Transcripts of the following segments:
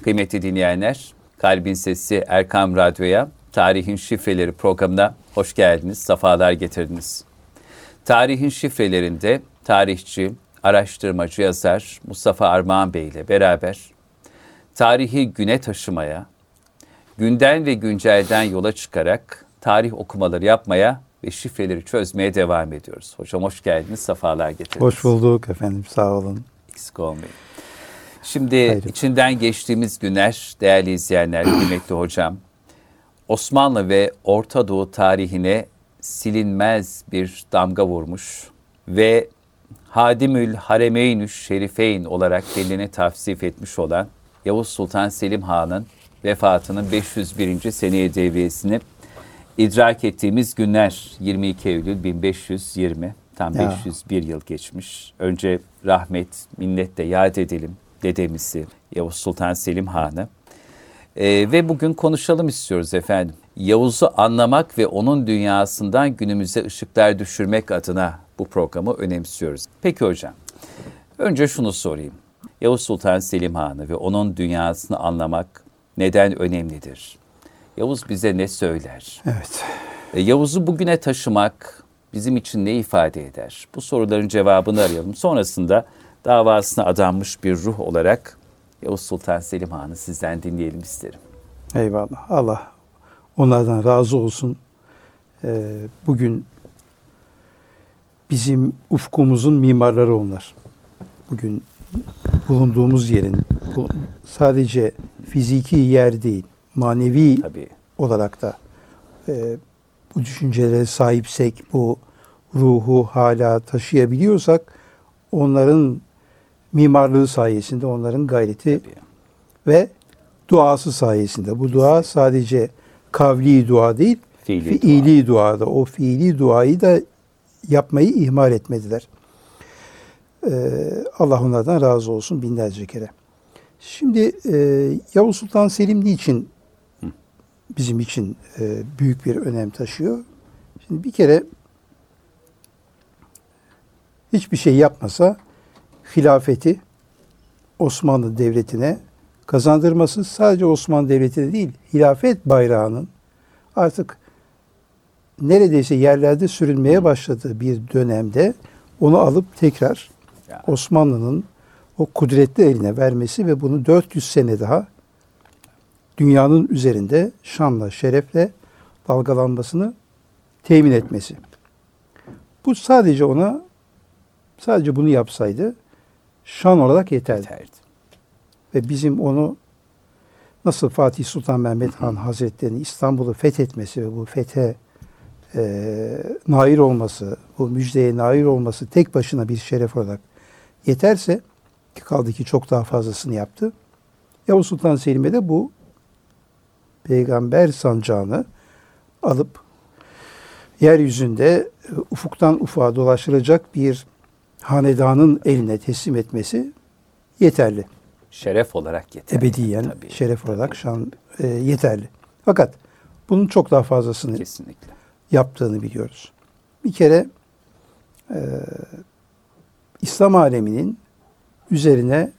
Kıymetli dinleyenler, Kalbin Sesi Erkam Radyo'ya, Tarihin Şifreleri programına hoş geldiniz, sefalar getirdiniz. Tarihin Şifrelerinde tarihçi, araştırmacı yazar Mustafa Armağan Bey ile beraber tarihi güne taşımaya, günden ve güncelden yola çıkarak tarih okumaları yapmaya ve şifreleri çözmeye devam ediyoruz. Hocam hoş geldiniz, sefalar getirdiniz. Hoş bulduk efendim, sağ olun. Eksik olmayın. Şimdi içinden geçtiğimiz günler değerli izleyenler, kıymetli hocam, Osmanlı ve Orta Doğu tarihine silinmez bir damga vurmuş ve Hadimül Haremeynü Şerifeyn olarak kendini tavsif etmiş olan Yavuz Sultan Selim Han'ın vefatının 501. seneye devriyesini idrak ettiğimiz günler. 22 Eylül 1520, tam 501 yıl geçmiş. Önce rahmet, minnetle yad edelim dedemizi, Yavuz Sultan Selim Han'ı. Ve bugün konuşalım istiyoruz efendim. Yavuz'u anlamak ve onun dünyasından günümüze ışıklar düşürmek adına bu programı önemsiyoruz. Peki hocam, önce şunu sorayım. Yavuz Sultan Selim Han'ı ve onun dünyasını anlamak neden önemlidir? Yavuz bize ne söyler? Evet. Yavuz'u bugüne taşımak bizim için ne ifade eder? Bu soruların cevabını arayalım. Sonrasında davasına adanmış bir ruh olarak Yavuz Sultan Selim Han'ı sizden dinleyelim isterim. Eyvallah. Allah onlardan razı olsun. Bugün bizim ufkumuzun mimarları onlar. Bugün bulunduğumuz yerin sadece fiziki yer değil, manevi olarak da bu düşüncelere sahipsek, bu ruhu hala taşıyabiliyorsak onların mimarlığı sayesinde, onların gayreti ve duası sayesinde. Bu dua sadece kavli dua değil, fiili dua da. O fiili duayı da yapmayı ihmal etmediler. Allah onlardan razı olsun binlerce kere. Şimdi Yavuz Sultan Selim niçin bizim için büyük bir önem taşıyor? Şimdi bir kere hiçbir şey yapmasa hilafeti Osmanlı Devleti'ne kazandırması, sadece Osmanlı Devleti'ne değil, hilafet bayrağının artık neredeyse yerlerde sürülmeye başladığı bir dönemde onu alıp tekrar Osmanlı'nın o kudretli eline vermesi ve bunu 400 sene daha dünyanın üzerinde şanla, şerefle dalgalanmasını temin etmesi. Bu sadece bunu yapsaydı şan olarak yeterdi. Ve bizim onu nasıl Fatih Sultan Mehmet Han Hazretleri'nin İstanbul'u fethetmesi ve bu fethe nail olması, bu müjdeye nail olması tek başına bir şeref olarak yeterse, ki kaldı ki çok daha fazlasını yaptı. Yavuz Sultan Selim'e de bu peygamber sancağını alıp yeryüzünde ufuktan ufağa dolaşılacak bir hanedanın eline teslim etmesi yeterli. Şeref olarak yeterli. Ebediyen şeref olarak şan yeterli. Fakat bunun çok daha fazlasını kesinlikle yaptığını biliyoruz. Bir kere İslam aleminin üzerine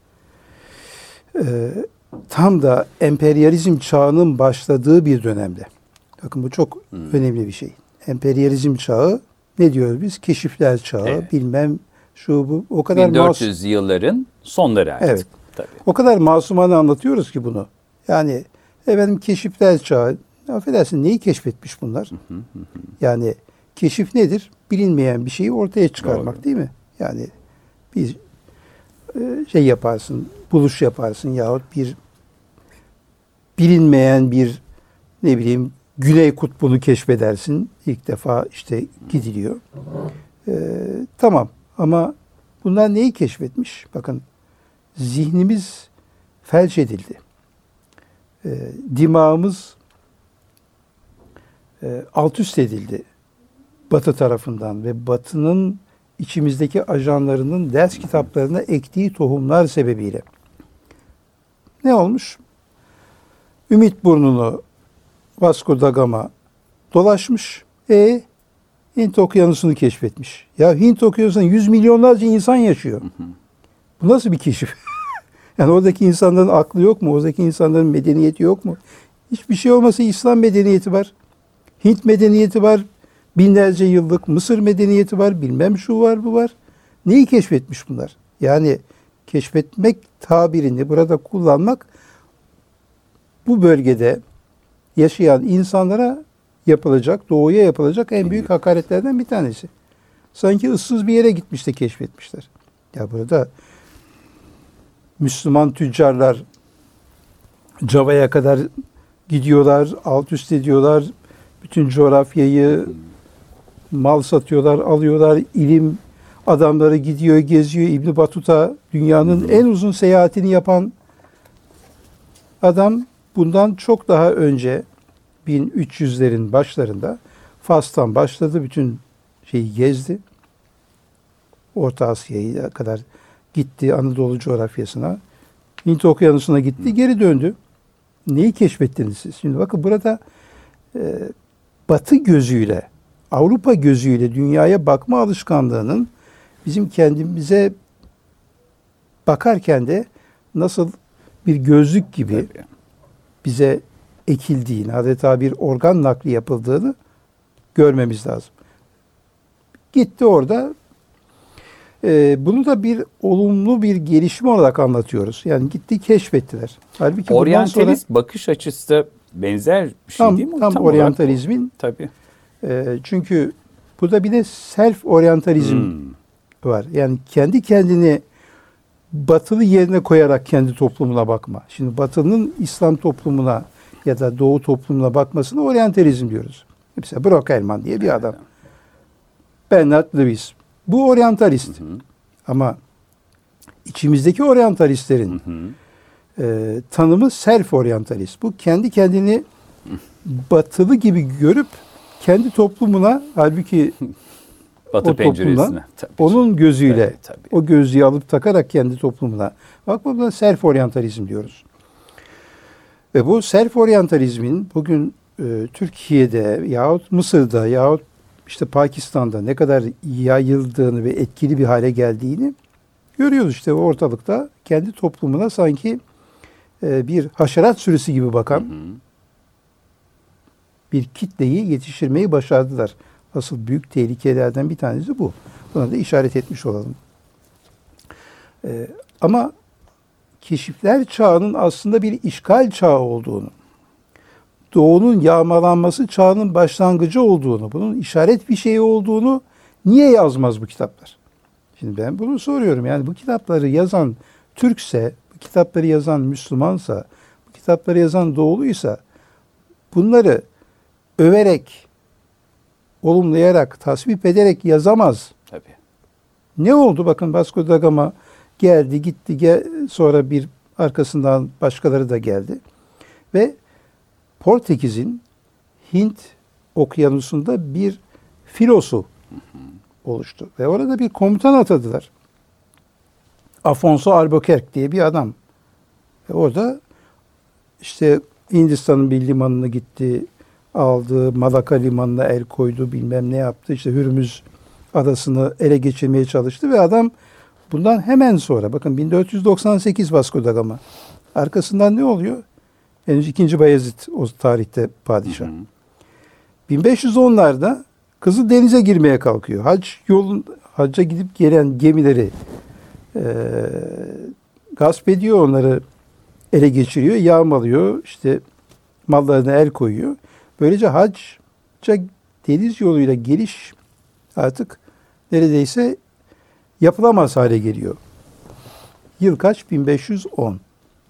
tam da emperyalizm çağının başladığı bir dönemde. Bakın bu çok önemli bir şey. Emperyalizm çağı, ne diyoruz biz? Keşifler çağı, bilmem şu bu. O kadar 1400 yılların sonları artık. Evet. Tabii. O kadar masumane anlatıyoruz ki bunu. Yani efendim keşifler çağı. Affedersin, neyi keşfetmiş bunlar? Yani keşif nedir? Bilinmeyen bir şeyi ortaya çıkarmak, değil mi? Yani bir şey yaparsın, buluş yaparsın yahut bir bilinmeyen bir Güney Kutbu'nu keşfedersin. İlk defa işte gidiliyor. Tamam, ama bunlar neyi keşfetmiş? Bakın, zihnimiz felç edildi. Dimağımız alt üst edildi Batı tarafından ve Batı'nın içimizdeki ajanlarının ders kitaplarına ektiği tohumlar sebebiyle. Ne olmuş? Ümit Burnu'nu Vasco da Gama dolaşmış. Hint Okyanusu'nu keşfetmiş. Ya Hint Okyanusu'nda 100 milyonlarca insan yaşıyor. Bu nasıl bir keşif? Yani oradaki insanların aklı yok mu? Oradaki insanların medeniyeti yok mu? Hiçbir şey olmasa İslam medeniyeti var. Hint medeniyeti var. Binlerce yıllık Mısır medeniyeti var. Bilmem şu var bu var. Neyi keşfetmiş bunlar? Yani keşfetmek tabirini burada kullanmak bu bölgede yaşayan insanlara yapılacak, doğuya yapılacak en büyük hakaretlerden bir tanesi. Sanki ıssız bir yere gitmiş de keşfetmişler. Ya burada Müslüman tüccarlar Java'ya kadar gidiyorlar, alt üst ediyorlar. Bütün coğrafyayı mal satıyorlar, alıyorlar. İlim adamları gidiyor, geziyor. İbn Battuta dünyanın en uzun seyahatini yapan adam bundan çok daha önce 1300'lerin başlarında Fas'tan başladı. Bütün şeyi gezdi. Orta Asya'ya kadar gitti, Anadolu coğrafyasına. Hint Okyanusu'na gitti, geri döndü. Neyi keşfettiniz siz? Şimdi bakın burada Batı gözüyle, Avrupa gözüyle dünyaya bakma alışkanlığının bizim kendimize bakarken de nasıl bir gözlük gibi bize ekildiğini, adeta bir organ nakli yapıldığını görmemiz lazım. Gitti orada. Bunu da bir olumlu bir gelişme olarak anlatıyoruz. Yani gitti keşfettiler. Halbuki Oryantalist bakış açısı da benzer bir şey değil mi? Tam oryantalizmin. Tabii. Çünkü burada bir de self oryantalizm var. Yani kendi kendini batılı yerine koyarak kendi toplumuna bakma. Şimdi batının İslam toplumuna ya da Doğu toplumuna bakmasına oryantalizm diyoruz. Mesela Brock Ehrman diye bir adam. Bernard Lewis. Bu oryantalist. Ama içimizdeki oryantalistlerin tanımı self oryantalist. Bu kendi kendini batılı gibi görüp kendi toplumuna, halbuki Batı o toplumuna onun gözüyle tabii. o gözlüğü alıp takarak kendi toplumuna. Bak buna self oryantalizm diyoruz. Ve bu self oryantalizmin bugün Türkiye'de yahut Mısır'da yahut işte Pakistan'da ne kadar yayıldığını ve etkili bir hale geldiğini görüyoruz. İşte ortalıkta kendi toplumuna sanki bir haşerat sürüsü gibi bakan bir kitleyi yetiştirmeyi başardılar. Asıl büyük tehlikelerden bir tanesi bu. Buna da işaret etmiş olalım. Ama keşifler çağının aslında bir işgal çağı olduğunu, Doğu'nun yağmalanması çağının başlangıcı olduğunu, bunun işaret bir şey olduğunu niye yazmaz bu kitaplar? Şimdi ben bunu soruyorum. Yani bu kitapları yazan Türkse, bu kitapları yazan Müslümansa, bu kitapları yazan Doğuluysa bunları överek, olumlayarak, tasvip ederek yazamaz. Tabii. Ne oldu? Bakın Vasco da Gama geldi, gitti, sonra bir arkasından başkaları da geldi. Ve Portekiz'in Hint okyanusunda bir filosu oluştu. Ve orada bir komutan atadılar. Afonso Albuquerque diye bir adam. Ve orada işte Hindistan'ın bir limanına gitti, aldı, Malaka limanına el koydu, bilmem ne yaptı. İşte Hürmüz adasını ele geçirmeye çalıştı ve adam bundan hemen sonra, bakın 1498 Vasco da Gama. Arkasından ne oluyor? Henüz 2. Bayezid o tarihte padişah. 1510'larda Kızıldeniz'e girmeye kalkıyor. Hacca gidip gelen gemileri gasp ediyor, onları ele geçiriyor, yağmalıyor, işte mallarına el koyuyor. Böylece hacca deniz yoluyla geliş artık neredeyse yapılamaz hale geliyor. Yıl kaç? 1510.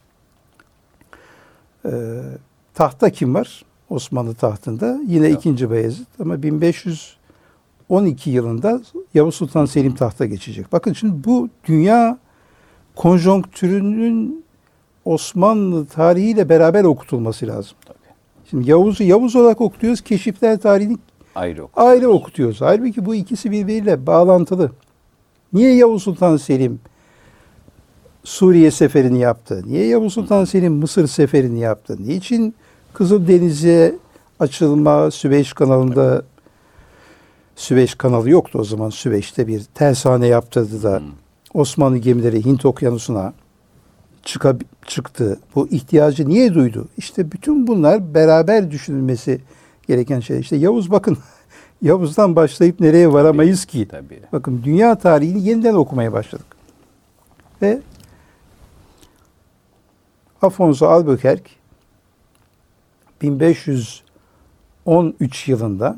Tahta kim var? Osmanlı tahtında. Yine 2. Bayezid. Ama 1512 yılında Yavuz Sultan Selim tahta geçecek. Bakın şimdi bu dünya konjonktürünün Osmanlı tarihiyle beraber okutulması lazım. Tabii. Şimdi Yavuz'u Yavuz olarak okutuyoruz. Keşifler tarihini ayrı okutuyoruz. Halbuki bu ikisi birbiriyle bağlantılı. Niye Yavuz Sultan Selim Suriye seferini yaptı? Niye Yavuz Sultan Selim Mısır seferini yaptı? Niçin Kızıldeniz'e açılma, Süveyş kanalında, Süveyş kanalı yoktu o zaman, Süveyş'te bir tersane yaptırdı da Osmanlı gemileri Hint okyanusuna çıktı? Bu ihtiyacı niye duydu? İşte bütün bunlar beraber düşünülmesi gereken şey. İşte Yavuz, bakın Yavuz'dan başlayıp nereye varamayız ki? Tabii. Bakın dünya tarihini yeniden okumaya başladık. Ve Afonso Albuquerque 1513 yılında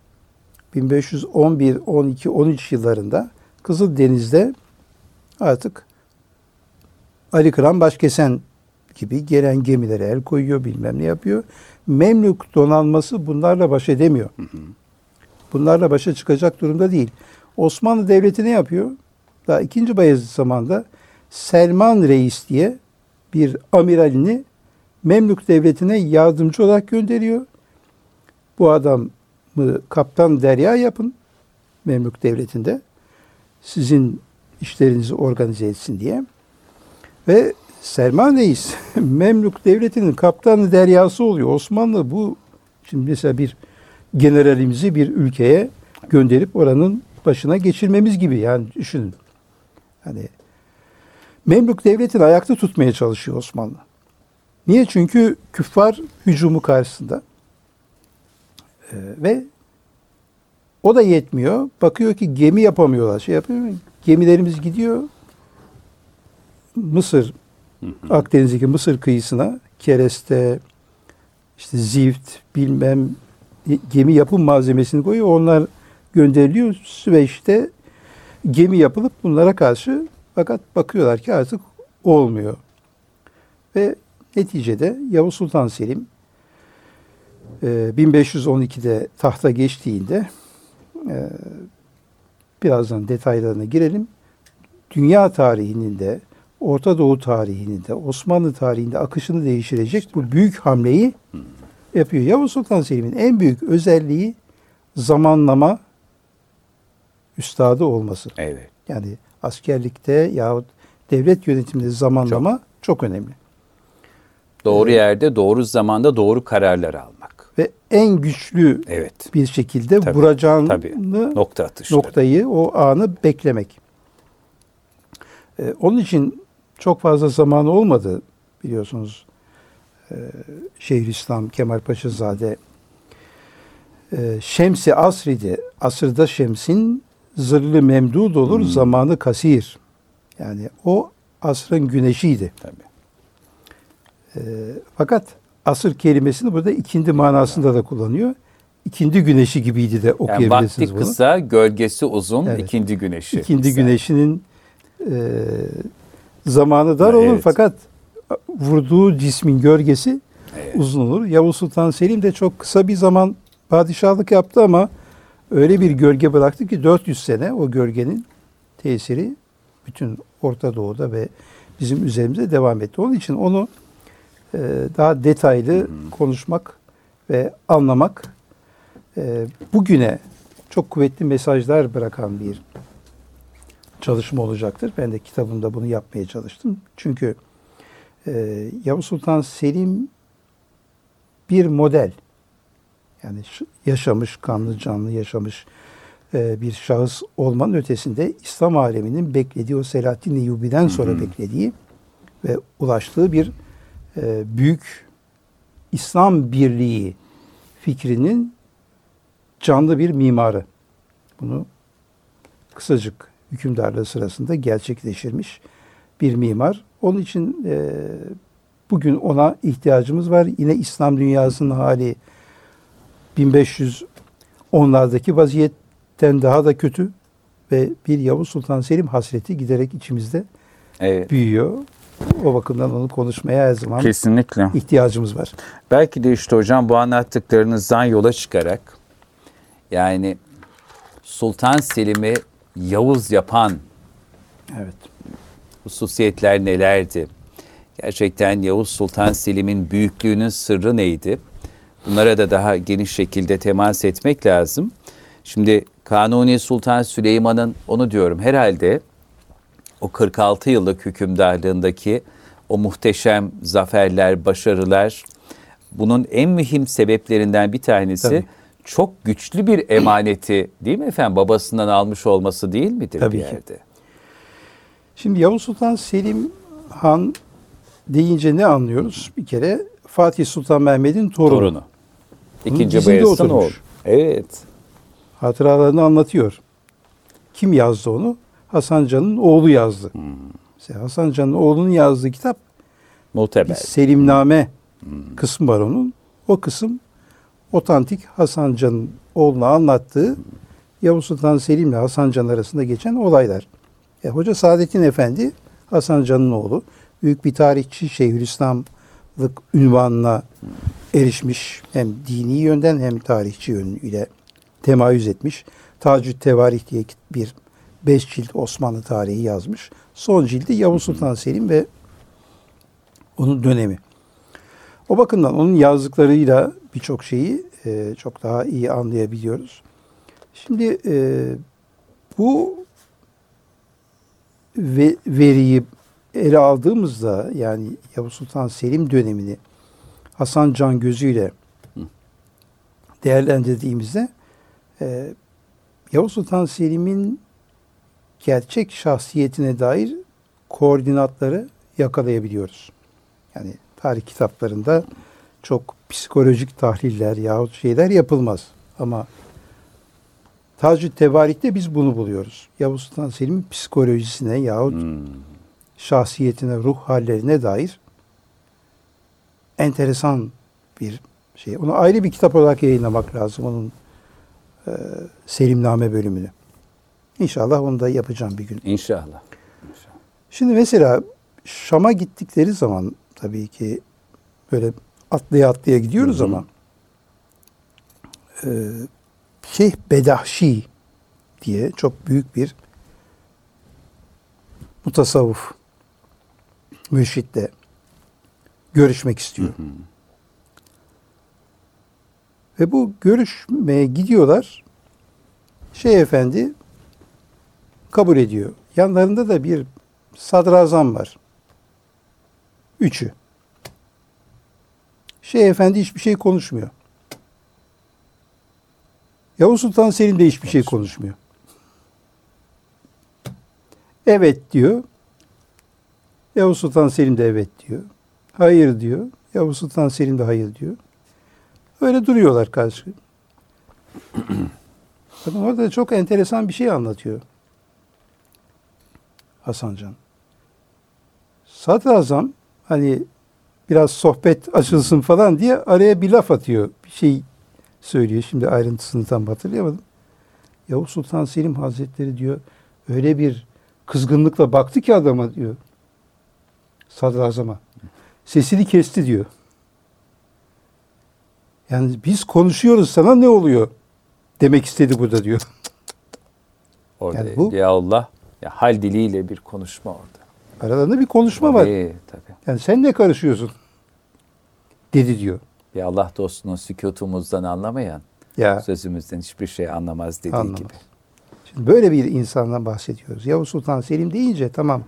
1511, 12, 13 yıllarında Kızıldeniz'de artık Ali Kıran Başkesen gibi gelen gemilere el koyuyor, bilmem ne yapıyor. Memlük donanması bunlarla baş edemiyor. Bunlarla başa çıkacak durumda değil. Osmanlı Devleti ne yapıyor? Daha 2. Bayezid zamanında Selman Reis diye bir amiralini Memlük Devleti'ne yardımcı olarak gönderiyor. Bu adamı kaptan derya yapın Memlük Devleti'nde. Sizin işlerinizi organize etsin diye. Ve Selman Reis Memlük Devleti'nin kaptanı deryası oluyor. Osmanlı bu, şimdi mesela bir generalimizi bir ülkeye gönderip oranın başına geçirmemiz gibi, yani düşünün. Hani Memlük Devleti'ni ayakta tutmaya çalışıyor Osmanlı. Niye? Çünkü küffar hücumu karşısında. Ve o da yetmiyor. Bakıyor ki gemi yapamıyorlar. Şey yapıyor. Gemilerimiz gidiyor Mısır, Akdeniz'deki Mısır kıyısına, kereste, işte zift, bilmem gemi yapım malzemesini koyuyor. Onlar gönderiliyor. Süveyş'te gemi yapılıp bunlara karşı, fakat bakıyorlar ki artık olmuyor. Ve neticede Yavuz Sultan Selim 1512'de tahta geçtiğinde, birazdan detaylarına girelim, dünya tarihinin de, Orta Doğu tarihinin de, Osmanlı tarihinde akışını değiştirecek bu büyük hamleyi yapıyor. Yavuz Sultan Selim'in en büyük özelliği zamanlama üstadı olması. Evet. Yani askerlikte yahut devlet yönetiminde zamanlama çok önemli. Doğru yerde, doğru zamanda doğru kararlar almak. Ve en güçlü bir şekilde vuracağını noktayı, o anı beklemek. Onun için çok fazla zamanı olmadı, biliyorsunuz. Şeyhülislam Kemal Paşazade Şems-i Asri'di. Asırda Şems'in zırhlı memdud olur, zamanı kasir. Yani o asrın güneşiydi. Tabii. Fakat asır kelimesini burada ikindi manasında da kullanıyor. İkindi güneşi gibiydi de okuyabilirsiniz yani bunu. Vakti kısa, gölgesi uzun, ikindi güneşi. İkindi güneşinin zamanı dar olur, fakat vurduğu cismin gölgesi uzun olur. Yavuz Sultan Selim de çok kısa bir zaman padişahlık yaptı ama öyle bir gölge bıraktı ki 400 sene o gölgenin tesiri bütün Orta Doğu'da ve bizim üzerimize devam etti. Onun için onu daha detaylı konuşmak ve anlamak bugüne çok kuvvetli mesajlar bırakan bir çalışma olacaktır. Ben de kitabımda bunu yapmaya çalıştım. Çünkü Yavuz Sultan Selim bir model. Yani yaşamış, kanlı canlı yaşamış bir şahıs olmanın ötesinde İslam aleminin beklediği, o Selahaddin Eyyubi'den sonra beklediği ve ulaştığı bir büyük İslam birliği fikrinin canlı bir mimarı. Bunu kısacık hükümdarlığı sırasında gerçekleştirmiş bir mimar. Onun için bugün ona ihtiyacımız var. Yine İslam dünyasının hali 1510'lardaki vaziyetten daha da kötü ve bir Yavuz Sultan Selim hasreti giderek içimizde büyüyor. O bakımdan onu konuşmaya her zaman kesinlikle ihtiyacımız var. Belki de işte hocam bu anlattıklarınızdan yola çıkarak, yani Sultan Selim'i Yavuz yapan hususiyetler nelerdi? Gerçekten Yavuz Sultan Selim'in büyüklüğünün sırrı neydi? Bunlara da daha geniş şekilde temas etmek lazım. Şimdi Kanuni Sultan Süleyman'ın, onu diyorum, herhalde o 46 yıllık hükümdarlığındaki o muhteşem zaferler, başarılar, bunun en mühim sebeplerinden bir tanesi çok güçlü bir emaneti, değil mi efendim? Babasından almış olması değil midir bir yerde? Şimdi Yavuz Sultan Selim Han deyince ne anlıyoruz? Bir kere Fatih Sultan Mehmet'in torunu. İkinci dizinde Bayezid'in oğlu. oturmuş. Evet. Hatıralarını anlatıyor. Kim yazdı onu? Hasan Can'ın oğlu yazdı. Mesela Hasan Can'ın oğlunun yazdığı kitap bir Muteber. Selimname kısmı var onun. O kısım otantik Hasan Can'ın oğluna anlattığı Yavuz Sultan Selim ile Hasan Can arasında geçen olaylar. Hoca Saadettin Efendi Hasan Can'ın oğlu. Büyük bir tarihçi, Şeyhülislamlık ünvanına erişmiş. Hem dini yönden hem tarihçi yönüyle temayüz etmiş. Tacü't-Tevarih diye bir 5 cilt Osmanlı tarihi yazmış. Son cildi Yavuz Sultan Selim ve onun dönemi. O bakımdan onun yazdıklarıyla birçok şeyi çok daha iyi anlayabiliyoruz. Şimdi bu veriyi ele aldığımızda, yani Yavuz Sultan Selim dönemini Hasan Can gözüyle değerlendirdiğimizde Yavuz Sultan Selim'in gerçek şahsiyetine dair koordinatları yakalayabiliyoruz. Yani tarih kitaplarında çok psikolojik tahliller yahut şeyler yapılmaz. Ama Tacü't-Tevarih'te biz bunu buluyoruz. Yavuz Sultan Selim'in psikolojisine yahut şahsiyetine, ruh hallerine dair enteresan bir şey. Onu ayrı bir kitap olarak yayınlamak lazım, onun Selimname bölümünü. İnşallah onu da yapacağım bir gün. İnşallah. Şimdi mesela Şam'a gittikleri zaman tabii ki böyle atlaya atlaya gidiyoruz ama Şeyh Bedahşi diye çok büyük bir mutasavvuf mürşitle görüşmek istiyor. Ve bu görüşmeye gidiyorlar. Şeyh Efendi kabul ediyor. Yanlarında da bir sadrazam var. 3'ü. Şeyh Efendi hiçbir şey konuşmuyor. Yavuz Sultan Selim de hiçbir şey konuşmuyor. Evet diyor. Yavuz Sultan Selim de evet diyor. Hayır diyor. Yavuz Sultan Selim de hayır diyor. Öyle duruyorlar karşı. Bakın orada çok enteresan bir şey anlatıyor Hasan Can. Sadrazam hani biraz sohbet açılsın falan diye araya bir laf atıyor. Bir şey söylüyor. Şimdi ayrıntısını tam hatırlayamadım. Yavuz Sultan Selim Hazretleri diyor öyle bir kızgınlıkla baktı ki adama diyor. Sadrazama. Sesini kesti diyor. Yani biz konuşuyoruz, sana ne oluyor? Demek istedi burada diyor. Orada yani bu, Evliyaullah ya hal diliyle bir konuşma orada. Aralarında bir konuşma var. Tabii. Yani sen ne karışıyorsun? Dedi diyor. Bir Allah dostunun sükutumuzdan anlamayan sözümüzden hiçbir şey anlamaz dediği anlamaz gibi. Şimdi böyle bir insandan bahsediyoruz. Yavuz Sultan Selim deyince tamam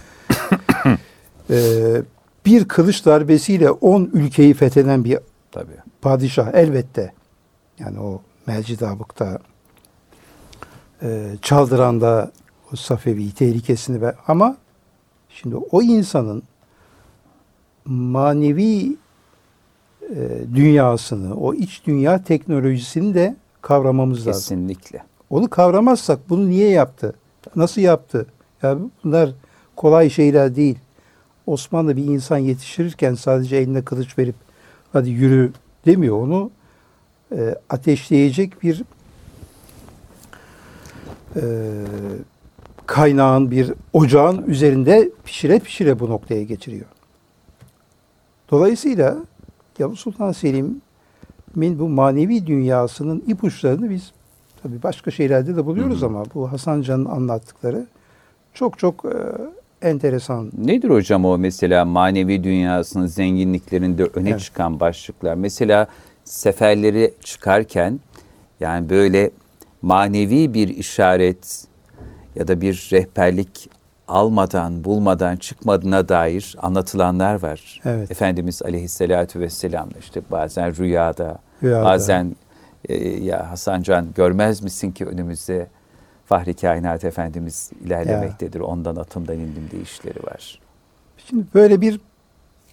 bir kılıç darbesiyle 10 ülkeyi fetheden bir padişah elbette. Yani o Melcidabık'ta, Çaldıran'da o Safevi tehlikesini ama şimdi o insanın manevi dünyasını, o iç dünya teknolojisini de kavramamız lazım. Kesinlikle. Onu kavramazsak bunu niye yaptı? Nasıl yaptı? Ya bunlar kolay şeyler değil. Osmanlı bir insan yetiştirirken sadece eline kılıç verip hadi yürü demiyor. Onu ateşleyecek bir kaynağın, bir ocağın üzerinde pişire pişire bu noktaya getiriyor. Dolayısıyla Yavuz Sultan Selim'in bu manevi dünyasının ipuçlarını biz tabii başka şeylerde de buluyoruz ama bu Hasan Can'ın anlattıkları çok çok enteresan. Nedir hocam o mesela manevi dünyasının zenginliklerinde öne çıkan başlıklar? Mesela seferleri çıkarken yani böyle manevi bir işaret ya da bir rehberlik almadan, bulmadan çıkmadığına dair anlatılanlar var. Evet. Efendimiz Aleyhisselatü Vesselam işte bazen rüyada. Bazen ya Hasan Can görmez misin ki önümüzde Fahri Kainat Efendimiz ilerlemektedir. Ondan atımdan indim deyişleri var. Şimdi böyle bir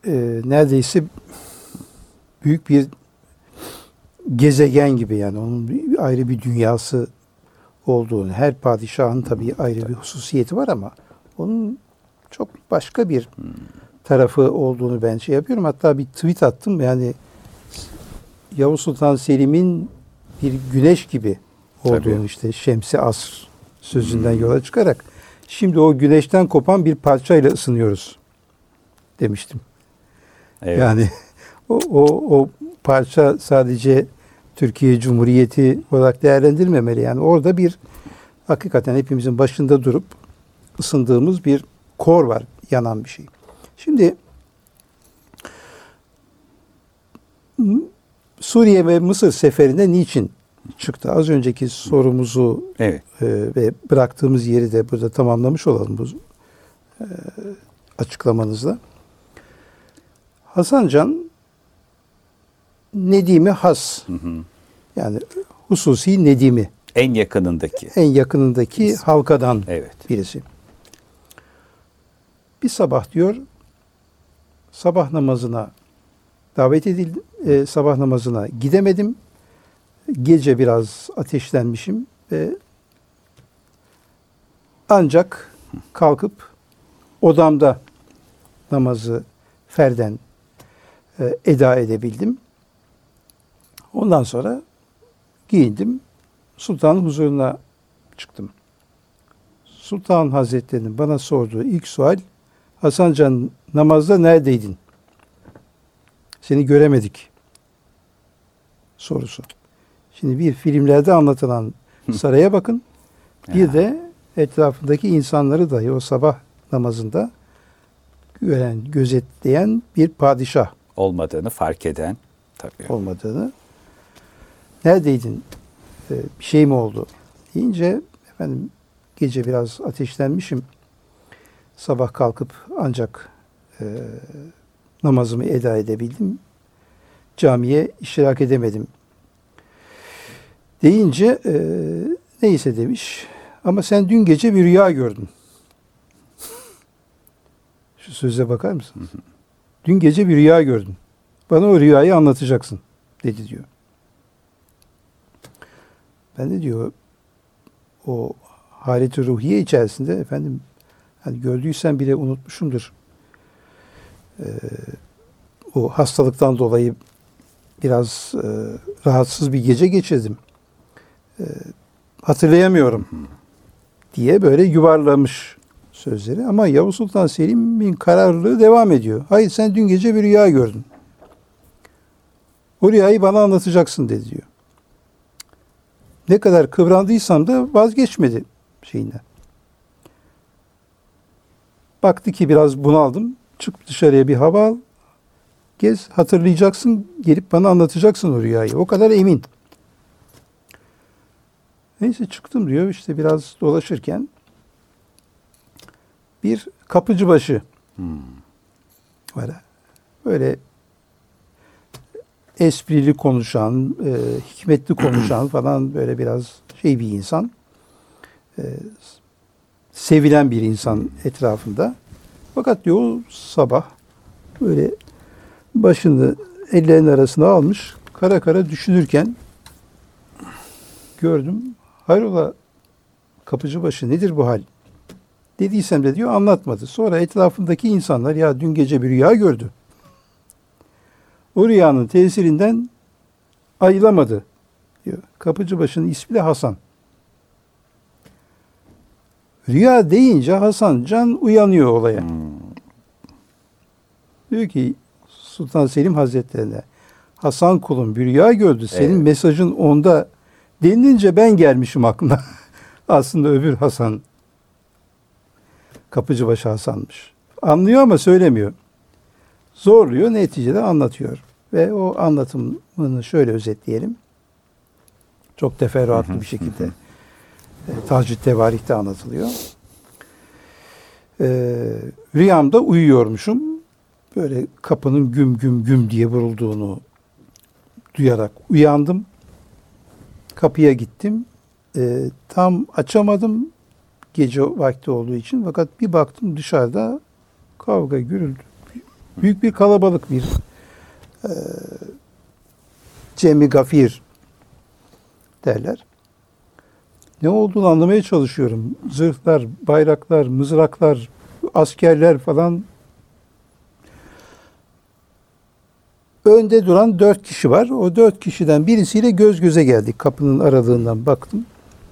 neredeyse büyük bir gezegen gibi, yani onun ayrı bir dünyası olduğunu, her padişahın tabii ayrı bir hususiyeti var ama onun çok başka bir tarafı olduğunu ben şey yapıyorum. Hatta bir tweet attım, yani Yavuz Sultan Selim'in bir güneş gibi olduğunu, tabii, işte Şems-i Asr sözünden yola çıkarak şimdi o güneşten kopan bir parçayla ısınıyoruz demiştim. evet. Yani o parça sadece Türkiye Cumhuriyeti olarak değerlendirilmemeli. Yani orada bir hakikaten hepimizin başında durup ısındığımız bir kor var, yanan bir şey. Şimdi Suriye ve Mısır seferine niçin çıktı? Az önceki sorumuzu Evet. Ve bıraktığımız yeri de burada tamamlamış olalım bu açıklamanızla. Hasan Can Nedimi Has, yani hususi Nedimi, En yakınındaki. en yakınındaki halkadan Evet. birisi. Bir sabah diyor, sabah namazına davet edildim. Sabah namazına gidemedim. Gece biraz ateşlenmişim ve ancak kalkıp odamda namazı ferden eda edebildim. Ondan sonra giyindim. Sultanın huzuruna çıktım. Sultan Hazretleri'nin bana sorduğu ilk sual, Hasan Can, namazda neredeydin? Seni göremedik sorusu. Şimdi bir filmlerde anlatılan saraya bakın. Bir de etrafındaki insanları dahi o sabah namazında gören, gözetleyen bir padişah Olmadığını fark eden. Tabii. olmadığını. Neredeydin? Bir şey mi oldu? Deyince, efendim gece biraz ateşlenmişim. Sabah kalkıp ancak namazımı eda edebildim. Camiye iştirak edemedim. Deyince neyse demiş. Ama sen dün gece bir rüya gördün. Şu söze bakar mısınız? Dün gece bir rüya gördün. Bana o rüyayı anlatacaksın dedi diyor. Ben de diyor o halet-i ruhiye içerisinde, efendim hani gördüysen bile unutmuşumdur. O hastalıktan dolayı biraz rahatsız bir gece geçirdim. Hatırlayamıyorum diye böyle yuvarlamış sözleri. Ama Yavuz Sultan Selim'in kararlılığı devam ediyor. Hayır, sen dün gece bir rüya gördün. O rüyayı bana anlatacaksın dedi diyor. Ne kadar kıvrandıysam da vazgeçmedi şeyinden. Baktı ki biraz bunaldım. Çık dışarıya, bir hava al. Gez, hatırlayacaksın, gelip bana anlatacaksın o rüyayı. O kadar emin. Neyse çıktım diyor, işte biraz dolaşırken bir kapıcıbaşı var. Böyle esprili konuşan, hikmetli konuşan falan, böyle biraz şey bir insan. Sevilen bir insan etrafında. Fakat diyor o sabah böyle başını ellerinin arasına almış, kara kara düşünürken gördüm. Hayrola kapıcıbaşı, nedir bu hal? Dediysem de diyor anlatmadı. Sonra etrafındaki insanlar, ya dün gece bir rüya gördü. O rüyanın tesirinden ayılamadı diyor. Kapıcıbaşının ismi de Hasan. Rüya deyince Hasan Can uyanıyor olaya. Diyor ki Sultan Selim Hazretlerine, Hasan kulum bir rüya gördü. Senin mesajın onda denilince ben gelmişim aklına. Aslında öbür Hasan, Kapıcıbaşı Hasan'mış. Anlıyor ama söylemiyor. Zorluyor, neticede anlatıyor. Ve o anlatımını şöyle özetleyelim. Çok teferruatlı bir şekilde Tacü Tevarik'te anlatılıyor. Rüyamda uyuyormuşum. Böyle kapının güm güm güm diye vurulduğunu duyarak uyandım. Kapıya gittim. Tam açamadım gece vakti olduğu için. Fakat bir baktım dışarıda kavga, gürültü, Büyük bir kalabalık, bir cemi gafir derler. Ne olduğunu anlamaya çalışıyorum. Zırhlar, bayraklar, mızraklar, askerler falan. Önde duran 4 kişi var. O 4 kişiden birisiyle göz göze geldik. Kapının aralığından baktım.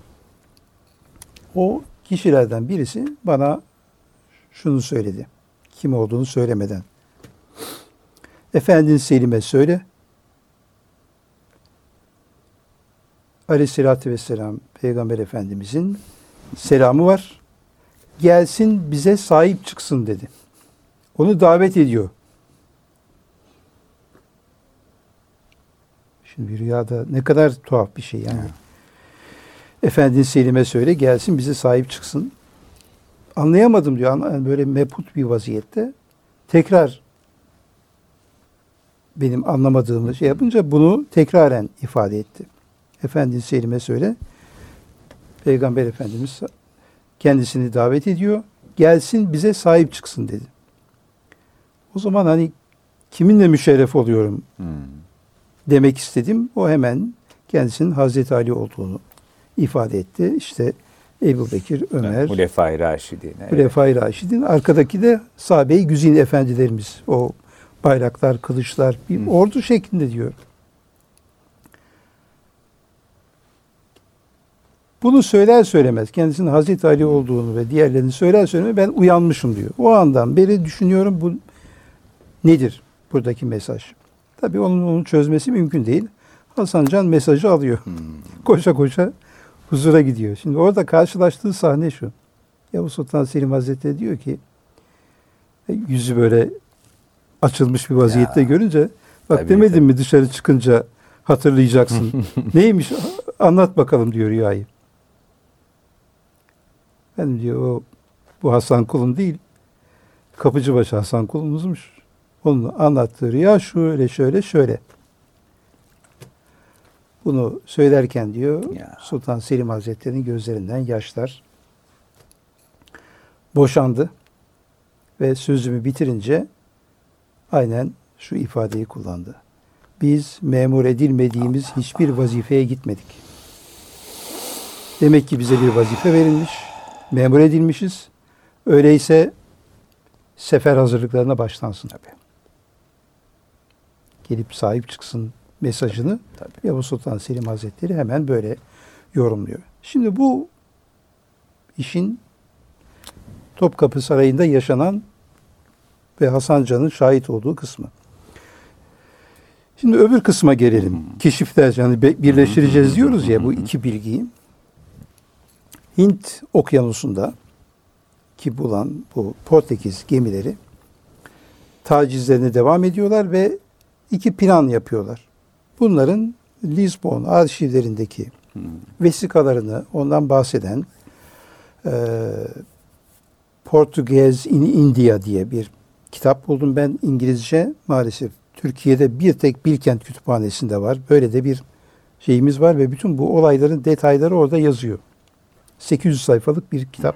O kişilerden birisi bana şunu söyledi. Kim olduğunu söylemeden. Efendin Selim'e söyle. Aleyhisselatü Vesselam Peygamber Efendimizin selamı var. Gelsin bize sahip çıksın dedi. Onu davet ediyor. Şimdi rüyada ne kadar tuhaf bir şey yani. Efendin Selim'e söyle gelsin bize sahip çıksın. Anlayamadım diyor. Böyle meput bir vaziyette. Tekrar benim anlamadığımı şey yapınca bunu tekraren ifade etti. Efendin Selim'e söyle. Peygamber Efendimiz kendisini davet ediyor. Gelsin bize sahip çıksın dedi. O zaman hani kiminle müşerref oluyorum demek istedim. O hemen kendisinin Hazreti Ali olduğunu ifade etti. İşte Ebu Bekir, Ömer, Hulefai Raşidin. Hulefai Raşidin. Arkadaki de sahabe-i güzin efendilerimiz. O bayraklar, kılıçlar bir ordu şeklinde diyor. Bunu söyler söylemez kendisinin Hazreti Ali olduğunu ve diğerlerini söyler söylemez ben uyanmışım diyor. O andan beri düşünüyorum bu nedir buradaki mesaj? Tabii onu çözmesi mümkün değil. Hasan Can mesajı alıyor. Koşa koşa huzura gidiyor. Şimdi orada karşılaştığı sahne şu. Yavuz Sultan Selim Hazretleri diyor ki yüzü böyle açılmış bir vaziyette görünce bak tabii demedim mi dışarı çıkınca hatırlayacaksın. Neymiş? Anlat bakalım diyor rüyayı. Ben diyor bu Hasan Kul'un değil. Kapıcıbaşı Hasan Kul'umuzmuş. Onun anlattığı rüya şöyle şöyle şöyle. Bunu söylerken diyor Sultan Selim Hazretleri'nin gözlerinden yaşlar boşandı ve sözümü bitirince aynen şu ifadeyi kullandı. Biz memur edilmediğimiz hiçbir vazifeye gitmedik. Demek ki bize bir vazife verilmiş, memur edilmişiz. Öyleyse sefer hazırlıklarına başlansın. Tabii. Gelip sahip çıksın mesajını Yavuz Sultan Selim Hazretleri hemen böyle yorumluyor. Şimdi bu işin Topkapı Sarayı'nda yaşanan ve Hasan Can'ın şahit olduğu kısmı. Şimdi öbür kısma gelelim. Keşifler yani birleştireceğiz diyoruz ya bu iki bilgiyi. Hint Okyanusu'nda ki bulan bu Portekiz gemileri tacizlerine devam ediyorlar ve iki plan yapıyorlar. Bunların Lisbon arşivlerindeki vesikalarını ondan bahseden Portuguese in India diye bir kitap buldum ben İngilizce maalesef. Türkiye'de bir tek Bilkent Kütüphanesi'nde var. Böyle de bir şeyimiz var ve bütün bu olayların detayları orada yazıyor. 800 sayfalık bir kitap.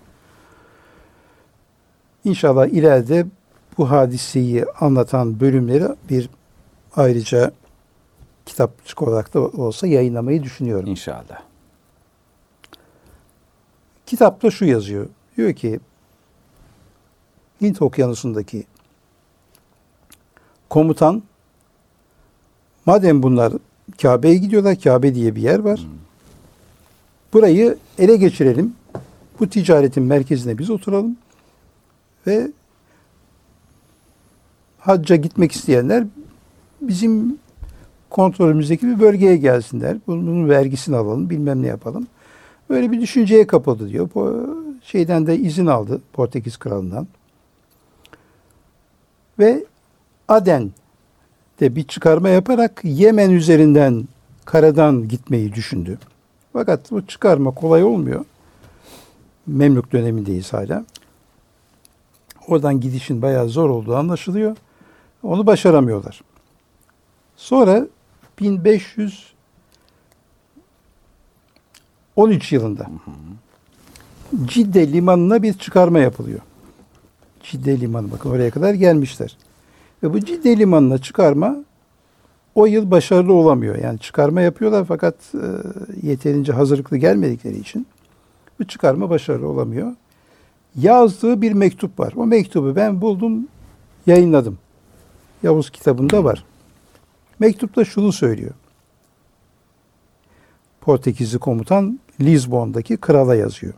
İnşallah ileride bu hadiseyi anlatan bölümleri bir ayrıca kitapçık olarak da olsa yayınlamayı düşünüyorum. İnşallah. Kitapta şu yazıyor. Diyor ki Hint Okyanusu'ndaki komutan madem bunlar Kabe'ye gidiyorlar, Kabe diye bir yer var. Burayı ele geçirelim. Bu ticaretin merkezine biz oturalım ve hacca gitmek isteyenler bizim kontrolümüzdeki bir bölgeye gelsinler. Bunun vergisini alalım, bilmem ne yapalım. Böyle bir düşünceye kapıldı diyor. Şeyden de izin aldı Portekiz kralından. Ve Aden'de bir çıkarma yaparak Yemen üzerinden karadan gitmeyi düşündü. Fakat bu çıkarma kolay olmuyor. Memlük dönemindeyiz hala. Oradan gidişin bayağı zor olduğu anlaşılıyor. Onu başaramıyorlar. Sonra 1513 yılında Cidde limanına bir çıkarma yapılıyor. Cidde limanı bakın oraya kadar gelmişler. Ve bu Cidde limanına çıkarma o yıl başarılı olamıyor. Yani çıkarma yapıyorlar fakat yeterince hazırlıklı gelmedikleri için bu çıkarma başarılı olamıyor. Yazdığı bir mektup var. O mektubu ben buldum, yayınladım. Yavuz kitabında var. Mektupta şunu söylüyor. Portekizli komutan Lizbon'daki krala yazıyor.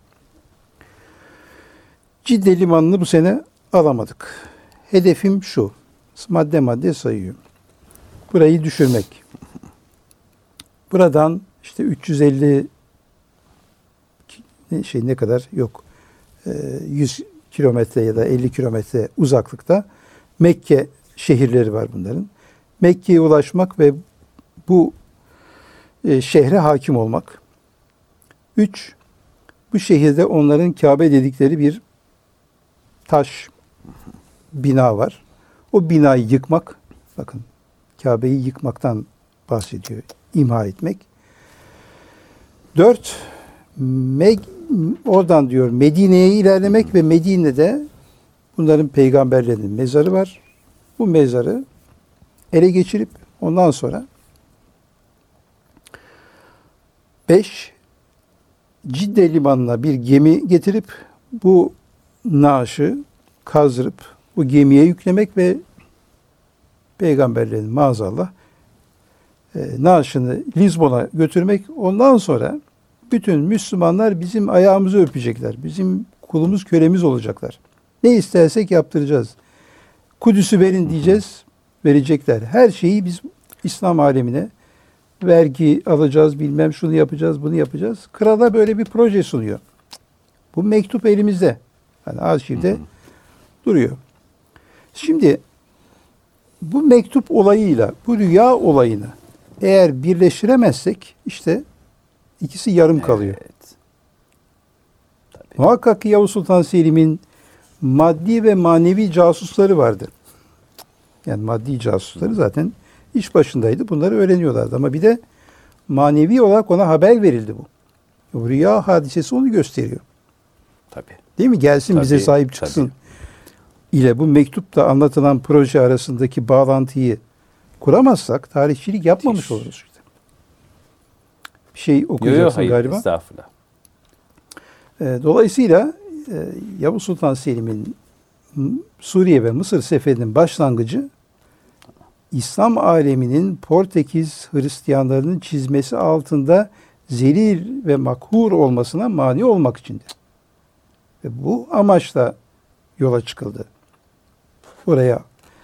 Cidde limanını bu sene alamadık. Hedefim şu. Madde madde sayıyor. Burayı düşürmek. Buradan işte 350 ne kadar yok. 100 kilometre ya da 50 kilometre uzaklıkta Mekke şehirleri var bunların. Mekke'ye ulaşmak ve bu şehre hakim olmak. 3. Bu şehirde onların Kabe dedikleri bir taş bina var. O binayı yıkmak. Bakın Kabe'yi yıkmaktan bahsediyor. İmha etmek. 4. Oradan diyor Medine'ye ilerlemek ve Medine'de bunların peygamberlerinin mezarı var. Bu mezarı ele geçirip ondan sonra 5. Cidde limanına bir gemi getirip bu naaşı kazdırıp bu gemiye yüklemek ve peygamberlerin maazallah naaşını Lizbon'a götürmek. Ondan sonra bütün Müslümanlar bizim ayağımızı öpecekler. Bizim kulumuz kölemiz olacaklar. Ne istersek yaptıracağız. Kudüs'ü verin diyeceğiz. Verecekler. Her şeyi biz İslam alemine vergi alacağız, bilmem şunu yapacağız, bunu yapacağız. Krala böyle bir proje sunuyor. Bu mektup elimizde. Yani arşivde duruyor. Şimdi bu mektup olayıyla bu rüya olayını eğer birleştiremezsek işte ikisi yarım kalıyor. Evet. Tabii. Muhakkak ki Yavuz Sultan Selim'in maddi ve manevi casusları vardı. Yani maddi casusları zaten iş başındaydı. Bunları öğreniyorlardı. Ama bir de manevi olarak ona haber verildi bu. Bu rüya hadisesi onu gösteriyor. Tabii. Değil mi? Gelsin Tabii, bize sahip çıksın. tabii. İle bu mektupta anlatılan proje arasındaki bağlantıyı kuramazsak tarihçilik yapmamış Müthiş. oluruz. İşte. Bir şey okuyacaksın hayır, galiba. Estağfurullah. Dolayısıyla Yavuz Sultan Selim'in Suriye ve Mısır seferinin başlangıcı İslam aleminin Portekiz Hristiyanlarının çizmesi altında zelil ve makhur olmasına mani olmak içindi. Ve bu amaçla yola çıkıldı. Oraya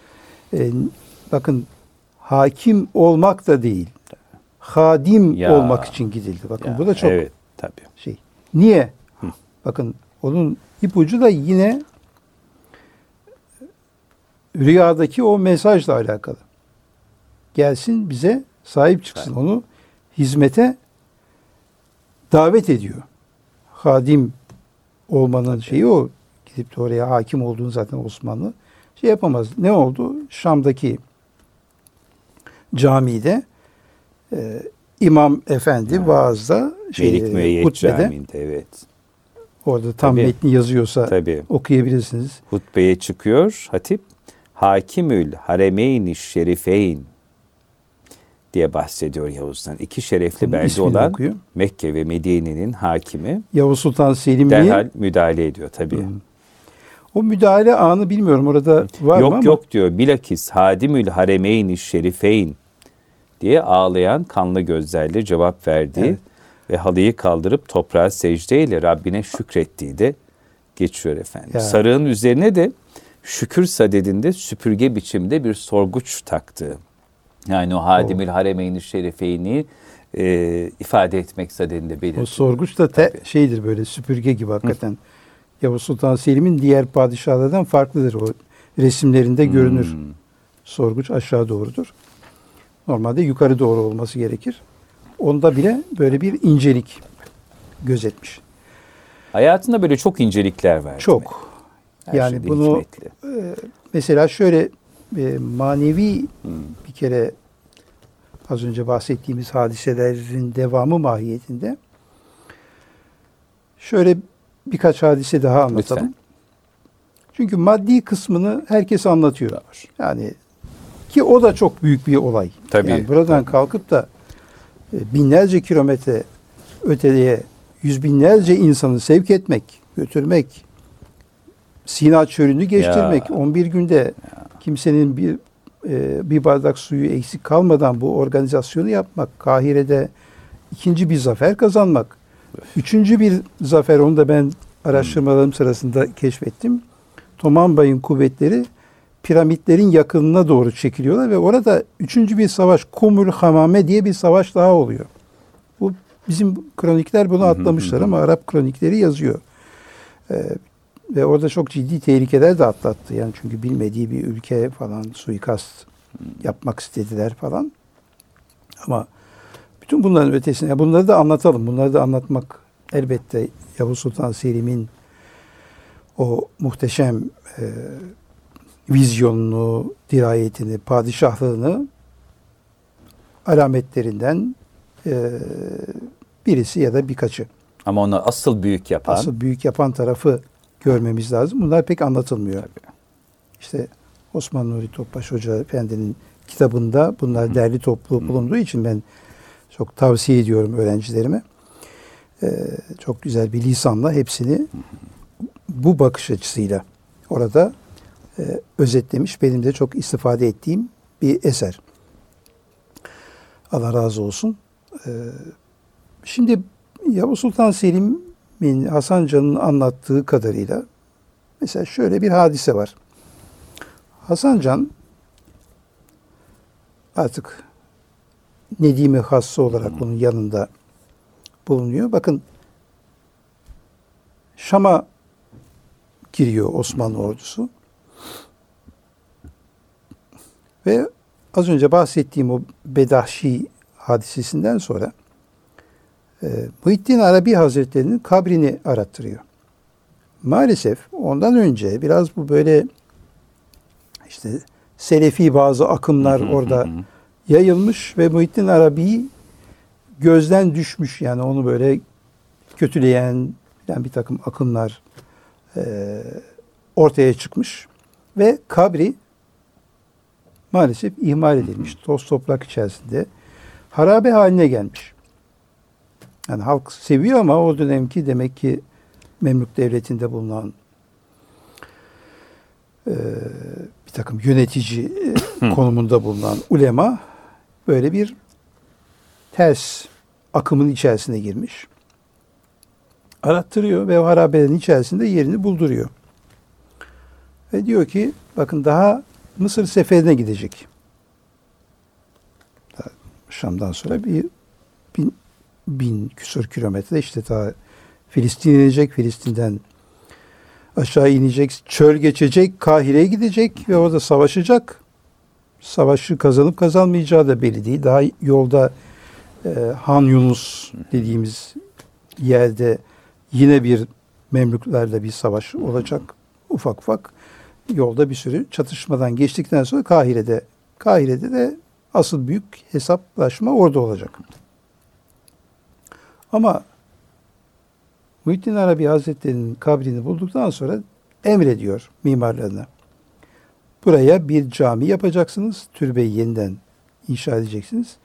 bakın hakim olmak da değil, hadim olmak için gidildi. Bakın bu da çok tabii. şey. Niye? Bakın onun ipucu da yine rüyadaki o mesajla alakalı. Gelsin bize sahip çıksın. Evet. Onu hizmete davet ediyor. Hadim olmanın şeyi o. Gidip de oraya hakim olduğunu zaten Osmanlı şey yapamaz. Ne oldu? Şam'daki camide İmam Efendi vaazda Melik Müeyyet Camii'nde evet. Orada tam metni yazıyorsa okuyabilirsiniz. Hutbeye çıkıyor hatip. Hakimül Haremeyn-i Şerifeyn diye bahsediyor Yavuz'dan. İki şerefli belde olan okuyor. Mekke ve Medine'nin hakimi. Yavuz Sultan Selim derhal müdahale ediyor tabii. O müdahale anı bilmiyorum orada var mı ama. Yok diyor. Bilakis Hadimül Haremeyn-i Şerifeyn diye ağlayan kanlı gözlerle cevap verdiği ve halıyı kaldırıp toprağa secdeyle Rabbine şükrettiği de geçiyor efendim. Ya. Sarığın üzerine de şükür sadedinde süpürge biçimde bir sorguç taktığı. Yani o Hadimül Haremeyn-i Şerifeyn'i ifade etmek sadedinde belirtiyor. O sorguç da şeydir böyle süpürge gibi hakikaten. Yavuz Sultan Selim'in diğer padişahlardan farklıdır. O resimlerinde görünür. Sorguç aşağı doğrudur. Normalde yukarı doğru olması gerekir. Onda bile böyle bir incelik gözetmiş. Hayatında böyle çok incelikler var. Çok. Yani bunu mesela şöyle manevi bir kere az önce bahsettiğimiz hadiselerin devamı mahiyetinde şöyle birkaç hadise daha anlatalım. Lütfen. Çünkü maddi kısmını herkes anlatıyor. Yani Ki o da çok büyük bir olay. Tabii. Yani buradan kalkıp da binlerce kilometre öteye yüz binlerce insanı sevk etmek, götürmek, Sina çölünü geçtirmek, 11 günde kimsenin bir bardak suyu eksik kalmadan bu organizasyonu yapmak, Kahire'de ikinci bir zafer kazanmak. Üçüncü bir zafer, onu da ben araştırmalarım sırasında keşfettim. Tomanbay'ın kuvvetleri piramitlerin yakınına doğru çekiliyorlar ve orada üçüncü bir savaş, Kumul Hamame diye bir savaş daha oluyor. Bu bizim kronikler bunu atlamışlar ama Arap kronikleri yazıyor. Ve orada çok ciddi tehlikeler de atlattı. Yani çünkü bilmediği bir ülke falan suikast yapmak istediler falan. Ama bütün bunların ötesine bunları da anlatalım. Bunları da anlatmak elbette Yavuz Sultan Selim'in o muhteşem vizyonunu, dirayetini, padişahlığını alametlerinden birisi ya da birkaçı. Ama onu asıl büyük yapan tarafı görmemiz lazım. Bunlar pek anlatılmıyor. Tabii. İşte Osman Nuri Topbaş Hoca Efendi'nin kitabında bunlar derli toplu bulunduğu için ben çok tavsiye ediyorum öğrencilerime. Çok güzel bir lisanla hepsini bu bakış açısıyla orada özetlemiş. Benim de çok istifade ettiğim bir eser. Allah razı olsun. Şimdi Yavuz Sultan Selim'in, Hasan Can'ın anlattığı kadarıyla mesela şöyle bir hadise var. Hasan Can artık Nedimi Hassa olarak onun yanında bulunuyor. Bakın Şam'a giriyor Osmanlı ordusu. Ve az önce bahsettiğim o Bedahşi hadisesinden sonra Muhittin Arabi Hazretleri'nin kabrini arattırıyor. Maalesef ondan önce biraz bu böyle işte Selefi bazı akımlar orada yayılmış ve Muhittin Arabi'yi gözden düşmüş. Yani onu böyle kötüleyen bir takım akımlar ortaya çıkmış ve kabri maalesef ihmal edilmiş. Toz toprak içerisinde harabe haline gelmiş. Yani halk seviyor ama o dönemki demek ki Memlük Devleti'nde bulunan bir takım yönetici konumunda bulunan ulema böyle bir ters akımın içerisine girmiş. Arattırıyor ve o harabelerin içerisinde yerini bulduruyor. Ve diyor ki bakın daha Mısır seferine gidecek. Şam'dan sonra bir bin küsur kilometre işte daha Filistin'e inecek. Filistin'den aşağı inecek. Çöl geçecek. Kahire'ye gidecek ve orada savaşacak. Savaşı kazanıp kazanmayacağı da belli değil. Daha yolda Han Yunus dediğimiz yerde yine bir Memlüklerle bir savaş olacak. Ufak ufak yolda bir sürü çatışmadan geçtikten sonra Kahire'de de asıl büyük hesaplaşma orada olacak. Ama Muhittin Arabi Hazretleri'nin kabrini bulduktan sonra emrediyor mimarlarına. Buraya bir cami yapacaksınız. Türbeyi yeniden inşa edeceksiniz.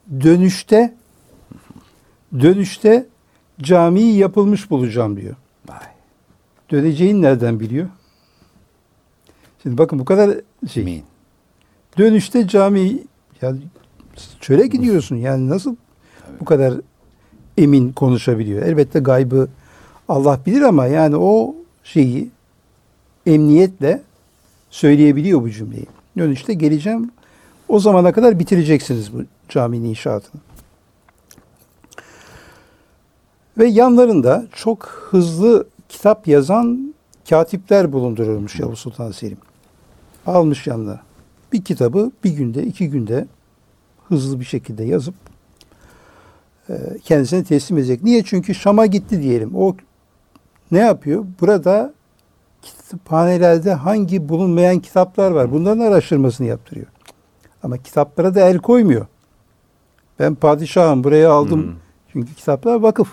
Dönüşte camiyi yapılmış bulacağım diyor. Vay. Döneceğini nereden biliyor? Şimdi bakın bu kadar şey. Dönüşte cami, ya çöle gidiyorsun yani nasıl bu kadar emin konuşabiliyor? Elbette gaybı Allah bilir ama yani o şeyi emniyetle söyleyebiliyor bu cümleyi. Dönüşte geleceğim, o zamana kadar bitireceksiniz bu caminin inşaatını. Ve yanlarında çok hızlı kitap yazan katipler bulundurulmuş Yavuz Sultan Selim. Almış yanına bir kitabı bir günde, 2 günde hızlı bir şekilde yazıp kendisine teslim edecek. Niye? Çünkü Şam'a gitti diyelim. O ne yapıyor? Burada kütüphanelerde hangi bulunmayan kitaplar var? Bunların araştırmasını yaptırıyor. Ama kitaplara da el koymuyor. Ben padişahım, buraya aldım. Çünkü kitaplar vakıf.